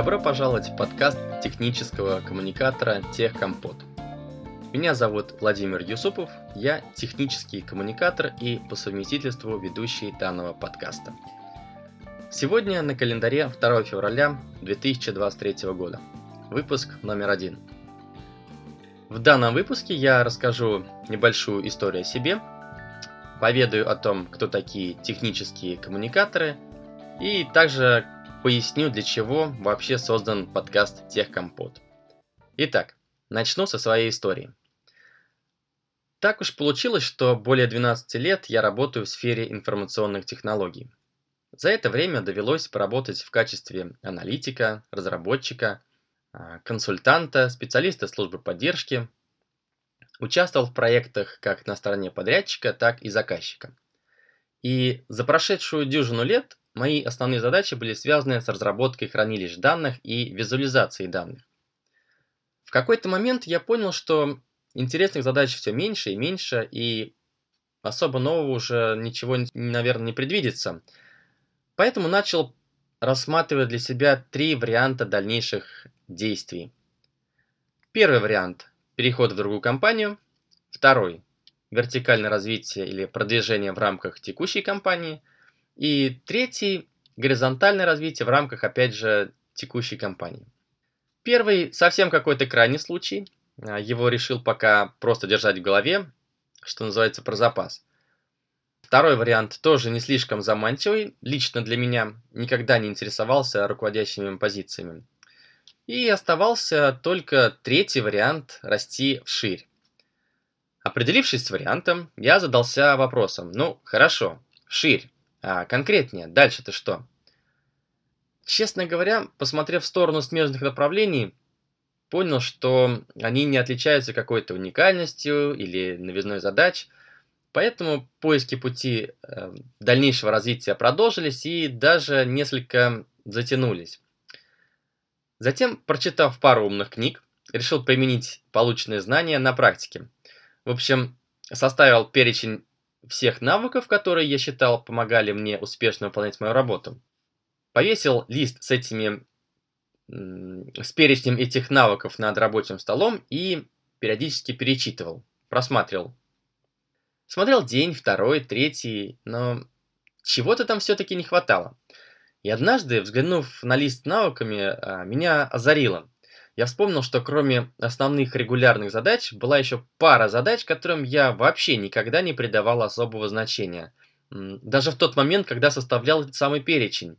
Добро пожаловать в подкаст технического коммуникатора Техкомпот. Меня зовут Владимир Юсупов, я технический коммуникатор и по совместительству ведущий данного подкаста. Сегодня на календаре 2 февраля 2023 года, выпуск номер 1. В данном выпуске я расскажу небольшую историю о себе, поведаю о том, кто такие технические коммуникаторы, и также поясню, для чего вообще создан подкаст Техкомпот. Итак, начну со своей истории. Так уж получилось, что более 12 лет я работаю в сфере информационных технологий. За это время довелось поработать в качестве аналитика, разработчика, консультанта, специалиста службы поддержки. Участвовал в проектах как на стороне подрядчика, так и заказчика. И за прошедшую дюжину лет мои основные задачи были связаны с разработкой хранилищ данных и визуализацией данных. В какой-то момент я понял, что интересных задач все меньше и меньше, и особо нового уже ничего, наверное, не предвидится. Поэтому начал рассматривать для себя 3 варианта дальнейших действий. Первый вариант – переход в другую компанию. Второй – вертикальное развитие или продвижение в рамках текущей компании. И третий – горизонтальное развитие в рамках, опять же, текущей компании. Первый – совсем какой-то крайний случай. Его решил пока просто держать в голове, что называется, про запас. Второй вариант тоже не слишком заманчивый. Лично для меня никогда не интересовался руководящими позициями. И оставался только третий вариант – расти вширь. Определившись с вариантом, я задался вопросом: хорошо, вширь. А конкретнее, дальше-то что? Честно говоря, посмотрев в сторону смежных направлений, понял, что они не отличаются какой-то уникальностью или новизной задач, поэтому поиски пути дальнейшего развития продолжились и даже несколько затянулись. Затем, прочитав пару умных книг, решил применить полученные знания на практике. В общем, составил перечень всех навыков, которые я считал помогали мне успешно выполнять мою работу. Повесил лист с перечнем этих навыков над рабочим столом и периодически перечитывал, просматривал. Смотрел день, второй, третий, но чего-то там все-таки не хватало. И однажды, взглянув на лист с навыками, меня озарило. Я вспомнил, что кроме основных регулярных задач, была еще пара задач, которым я вообще никогда не придавал особого значения. Даже в тот момент, когда составлял этот самый перечень.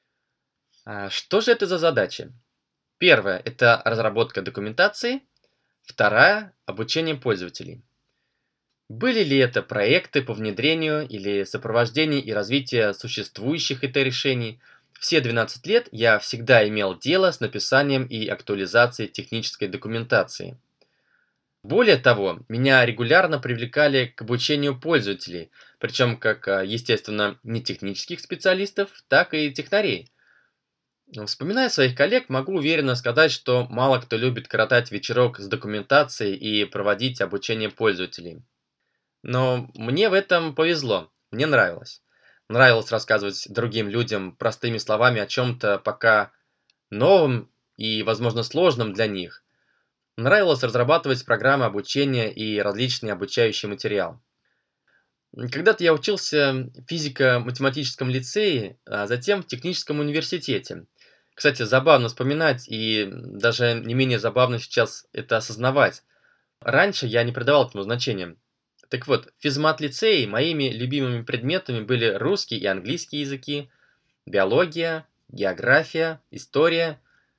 Что же это за задачи? Первая – это разработка документации. Вторая – обучение пользователей. Были ли это проекты по внедрению или сопровождению и развитию существующих IT-решений, все 12 лет я всегда имел дело с написанием и актуализацией технической документации. Более того, меня регулярно привлекали к обучению пользователей, причем как, естественно, не технических специалистов, так и технарей. Вспоминая своих коллег, могу уверенно сказать, что мало кто любит коротать вечерок с документацией и проводить обучение пользователей. Но мне в этом повезло, мне нравилось. Нравилось рассказывать другим людям простыми словами о чем-то пока новом и, возможно, сложном для них. Нравилось разрабатывать программы обучения и различный обучающий материал. Когда-то я учился в физико-математическом лицее, а затем в техническом университете. Кстати, забавно вспоминать, и даже не менее забавно сейчас это осознавать. Раньше я не придавал этому значения. Так вот, в физмат-лицее моими любимыми предметами были русский и английский языки, биология, география, история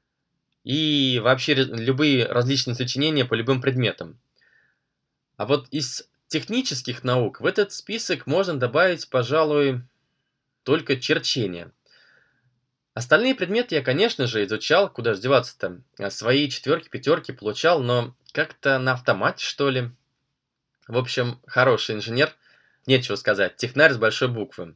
и вообще любые различные сочинения по любым предметам. А вот из технических наук в этот список можно добавить, пожалуй, только черчение. Остальные предметы я, конечно же, изучал, куда же деваться-то. Свои 4, 5 получал, но как-то на автомате, что ли. В общем, хороший инженер, нечего сказать, технарь с большой буквы.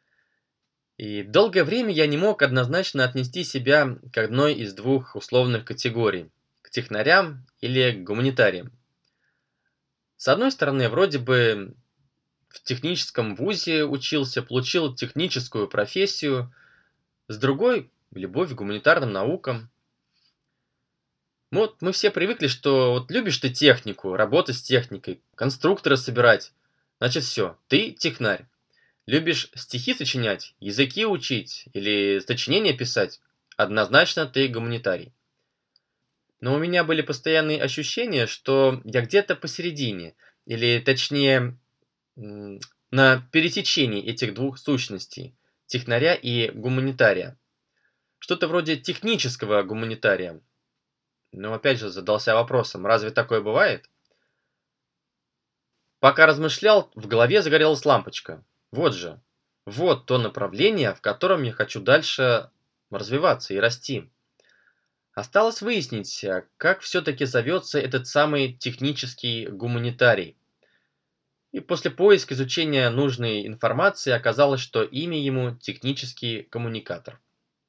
И долгое время я не мог однозначно отнести себя к одной из двух условных категорий – к технарям или к гуманитариям. С одной стороны, вроде бы в техническом вузе учился, получил техническую профессию. С другой, любовь к гуманитарным наукам. Мы все привыкли, что вот любишь ты технику, работать с техникой, конструктора собирать, значит все, ты технарь. Любишь стихи сочинять, языки учить или сочинения писать, однозначно ты гуманитарий. Но у меня были постоянные ощущения, что я где-то посередине, или точнее м, на пересечении этих двух сущностей, технаря и гуманитария. Что-то вроде технического гуманитария. Но опять же задался вопросом, разве такое бывает? Пока размышлял, в голове загорелась лампочка. Вот же, вот то направление, в котором я хочу дальше развиваться и расти. Осталось выяснить, как все-таки зовется этот самый технический гуманитарий. И после поиска изучения нужной информации оказалось, что имя ему технический коммуникатор.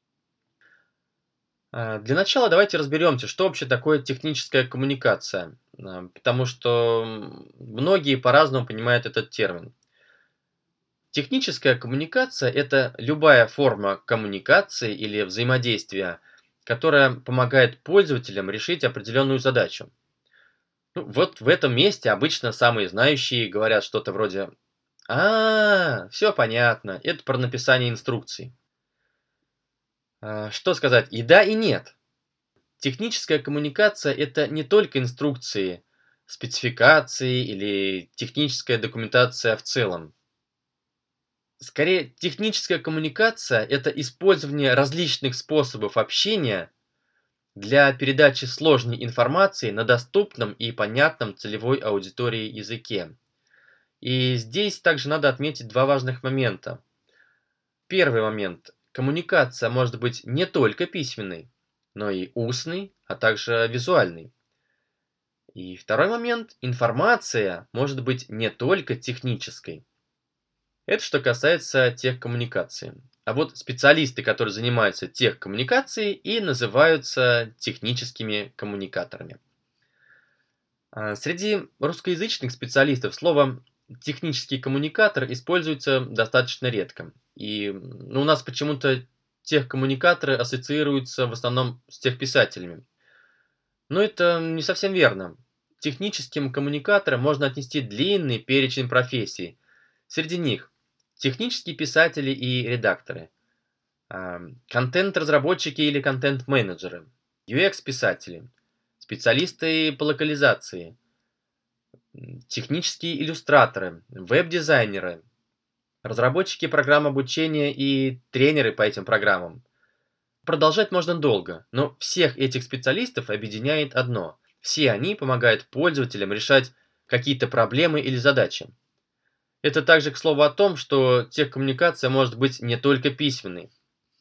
Для начала давайте разберемся, что вообще такое техническая коммуникация, потому что многие по-разному понимают этот термин. Техническая коммуникация – это любая форма коммуникации или взаимодействия, которая помогает пользователям решить определенную задачу. Вот в этом месте обычно самые знающие говорят что-то вроде все понятно, это про написание инструкций». Что сказать? И да, и нет. Техническая коммуникация – это не только инструкции, спецификации или техническая документация в целом. Скорее, техническая коммуникация – это использование различных способов общения для передачи сложной информации на доступном и понятном целевой аудитории языке. И здесь также надо отметить два важных момента. Первый момент. Коммуникация может быть не только письменной, но и устной, а также визуальной. И второй момент. Информация может быть не только технической. Это что касается техкоммуникации. А вот специалисты, которые занимаются техкоммуникацией, и называются техническими коммуникаторами. Среди русскоязычных специалистов слово «технический коммуникатор» используется достаточно редко. И у нас почему-то техкоммуникаторы ассоциируются в основном с техписателями. Но это не совсем верно. Техническим коммуникаторам можно отнести длинный перечень профессий. Среди них технические писатели и редакторы, контент-разработчики или контент-менеджеры, UX-писатели, специалисты по локализации, технические иллюстраторы, веб-дизайнеры, разработчики программ обучения и тренеры по этим программам. Продолжать можно долго, но всех этих специалистов объединяет одно. Все они помогают пользователям решать какие-то проблемы или задачи. Это также к слову о том, что техкоммуникация может быть не только письменной.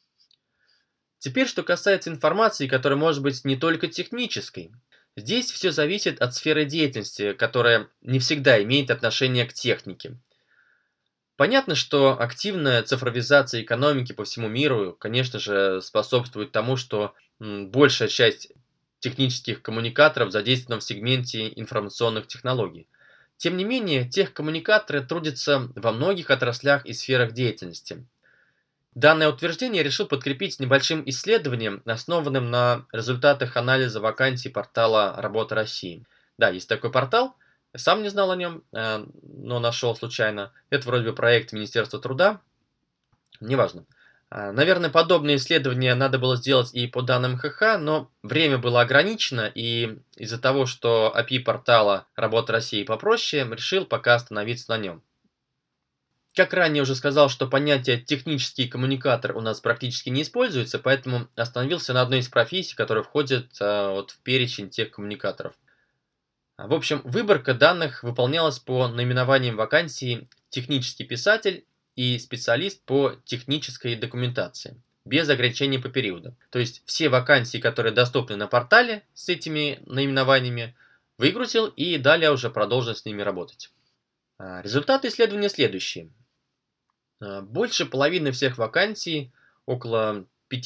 Теперь, что касается информации, которая может быть не только технической. Здесь все зависит от сферы деятельности, которая не всегда имеет отношение к технике. Понятно, что активная цифровизация экономики по всему миру, конечно же, способствует тому, что большая часть технических коммуникаторов задействована в сегменте информационных технологий. Тем не менее, техкоммуникаторы трудятся во многих отраслях и сферах деятельности. Данное утверждение я решил подкрепить небольшим исследованием, основанным на результатах анализа вакансий портала «Работа России». Да, есть такой портал, я сам не знал о нем, но нашел случайно. Это вроде бы проект Министерства труда, неважно. Наверное, подобные исследования надо было сделать и по данным ХХ, но время было ограничено, и из-за того, что API портала «Работа России» попроще, решил пока остановиться на нем. Как ранее уже сказал, что понятие «технический коммуникатор» у нас практически не используется, поэтому остановился на одной из профессий, которая входит в перечень тех коммуникаторов. В общем, выборка данных выполнялась по наименованиям вакансии «технический писатель» и «специалист по технической документации», без ограничений по периоду. То есть все вакансии, которые доступны на портале с этими наименованиями, выгрузил и далее уже продолжил с ними работать. Результаты исследования следующие. Больше половины всех вакансий, около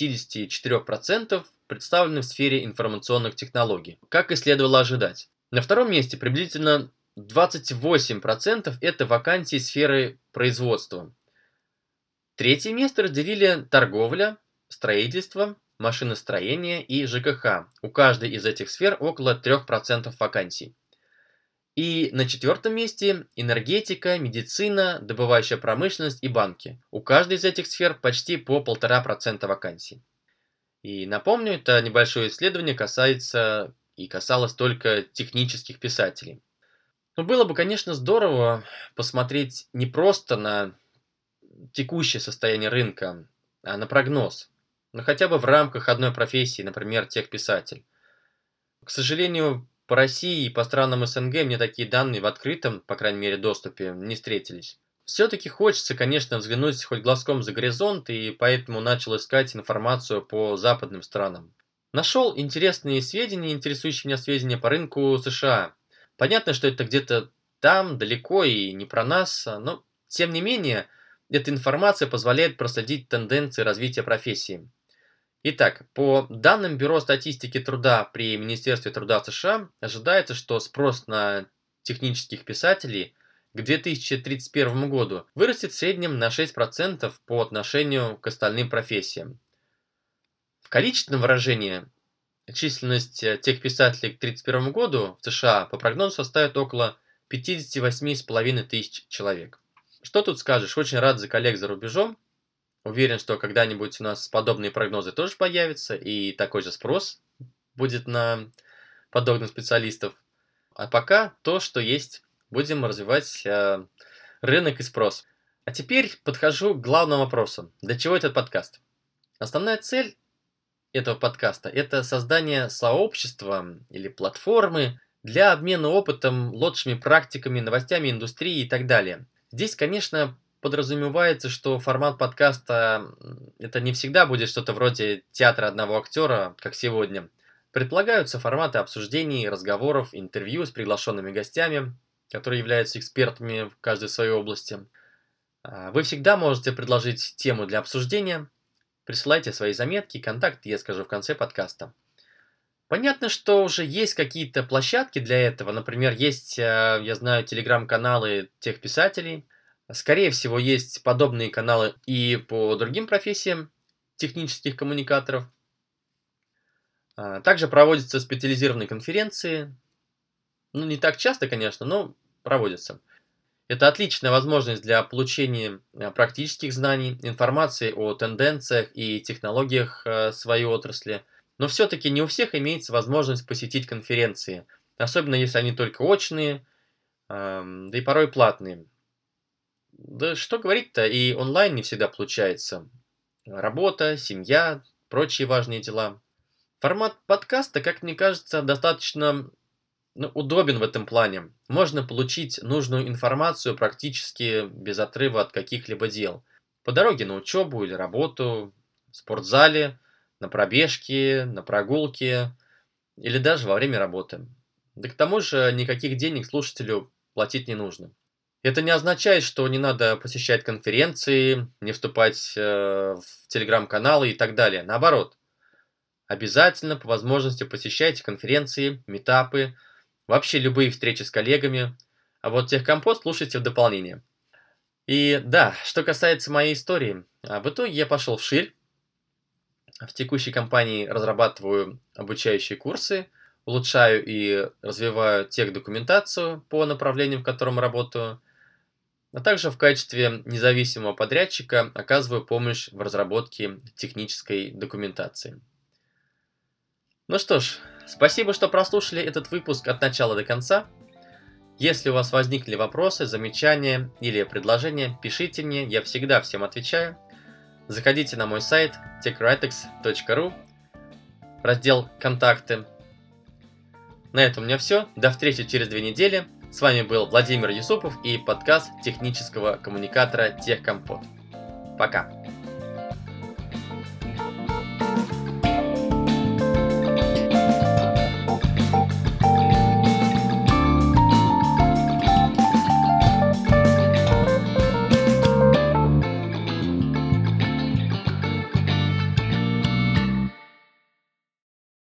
54%, представлены в сфере информационных технологий, как и следовало ожидать. На втором месте приблизительно 28% это вакансии сферы производства. Третье место разделили торговля, строительство, машиностроение и ЖКХ. У каждой из этих сфер около 3% вакансий. И на четвертом месте энергетика, медицина, добывающая промышленность и банки. У каждой из этих сфер почти по 1,5% вакансий. И напомню, это небольшое исследование касалось только технических писателей. Но было бы, конечно, здорово посмотреть не просто на текущее состояние рынка, а на прогноз. Но хотя бы в рамках одной профессии, например, техписатель. К сожалению, по России и по странам СНГ мне такие данные в открытом, по крайней мере, доступе не встретились. Все-таки хочется, конечно, взглянуть хоть глазком за горизонт, и поэтому начал искать информацию по западным странам. Нашел интересные сведения, интересующие меня сведения по рынку США. Понятно, что это где-то там, далеко и не про нас, но тем не менее, эта информация позволяет проследить тенденции развития профессии. Итак, по данным Бюро статистики труда при Министерстве труда США, ожидается, что спрос на технических писателей к 2031 году вырастет в среднем на 6% по отношению к остальным профессиям. В количественном выражении численность техписателей к 2031 году в США по прогнозу составит около 58,5 тысяч человек. Что тут скажешь? Очень рад за коллег за рубежом. Уверен, что когда-нибудь у нас подобные прогнозы тоже появятся, и такой же спрос будет на подобных специалистов. А пока то, что есть, будем развивать рынок и спрос. А теперь подхожу к главному вопросу. Для чего этот подкаст? Основная цель этого подкаста – это создание сообщества или платформы для обмена опытом, лучшими практиками, новостями индустрии и так далее. Здесь, конечно, подразумевается, что формат подкаста это не всегда будет что-то вроде театра одного актера, как сегодня. Предполагаются форматы обсуждений, разговоров, интервью с приглашенными гостями, которые являются экспертами в каждой своей области. Вы всегда можете предложить тему для обсуждения. Присылайте свои заметки, контакты я скажу в конце подкаста. Понятно, что уже есть какие-то площадки для этого. Например, есть, я знаю, телеграм-каналы техписателей. Скорее всего, есть подобные каналы и по другим профессиям технических коммуникаторов. Также проводятся специализированные конференции. Не так часто, конечно, но проводятся. Это отличная возможность для получения практических знаний, информации о тенденциях и технологиях своей отрасли. Но все-таки не у всех имеется возможность посетить конференции, особенно если они только очные, да и порой платные. Да что говорить-то, и онлайн не всегда получается. Работа, семья, прочие важные дела. Формат подкаста, как мне кажется, достаточно удобен в этом плане. Можно получить нужную информацию практически без отрыва от каких-либо дел. По дороге на учебу или работу, в спортзале, на пробежке, на прогулке или даже во время работы. Да к тому же никаких денег слушателю платить не нужно. Это не означает, что не надо посещать конференции, не вступать в телеграм-каналы и так далее. Наоборот, обязательно по возможности посещайте конференции, митапы, вообще любые встречи с коллегами. А вот техкомпот слушайте в дополнение. И да, что касается моей истории, в итоге я пошел вширь. В текущей компании разрабатываю обучающие курсы, улучшаю и развиваю техдокументацию по направлению, в котором работаю, а также в качестве независимого подрядчика оказываю помощь в разработке технической документации. Ну что ж, спасибо, что прослушали этот выпуск от начала до конца. Если у вас возникли вопросы, замечания или предложения, пишите мне, я всегда всем отвечаю. Заходите на мой сайт techwritex.ru, раздел «Контакты». На этом у меня все. До встречи через 2 недели. С вами был Владимир Юсупов и подкаст технического коммуникатора Техкомпот. Пока.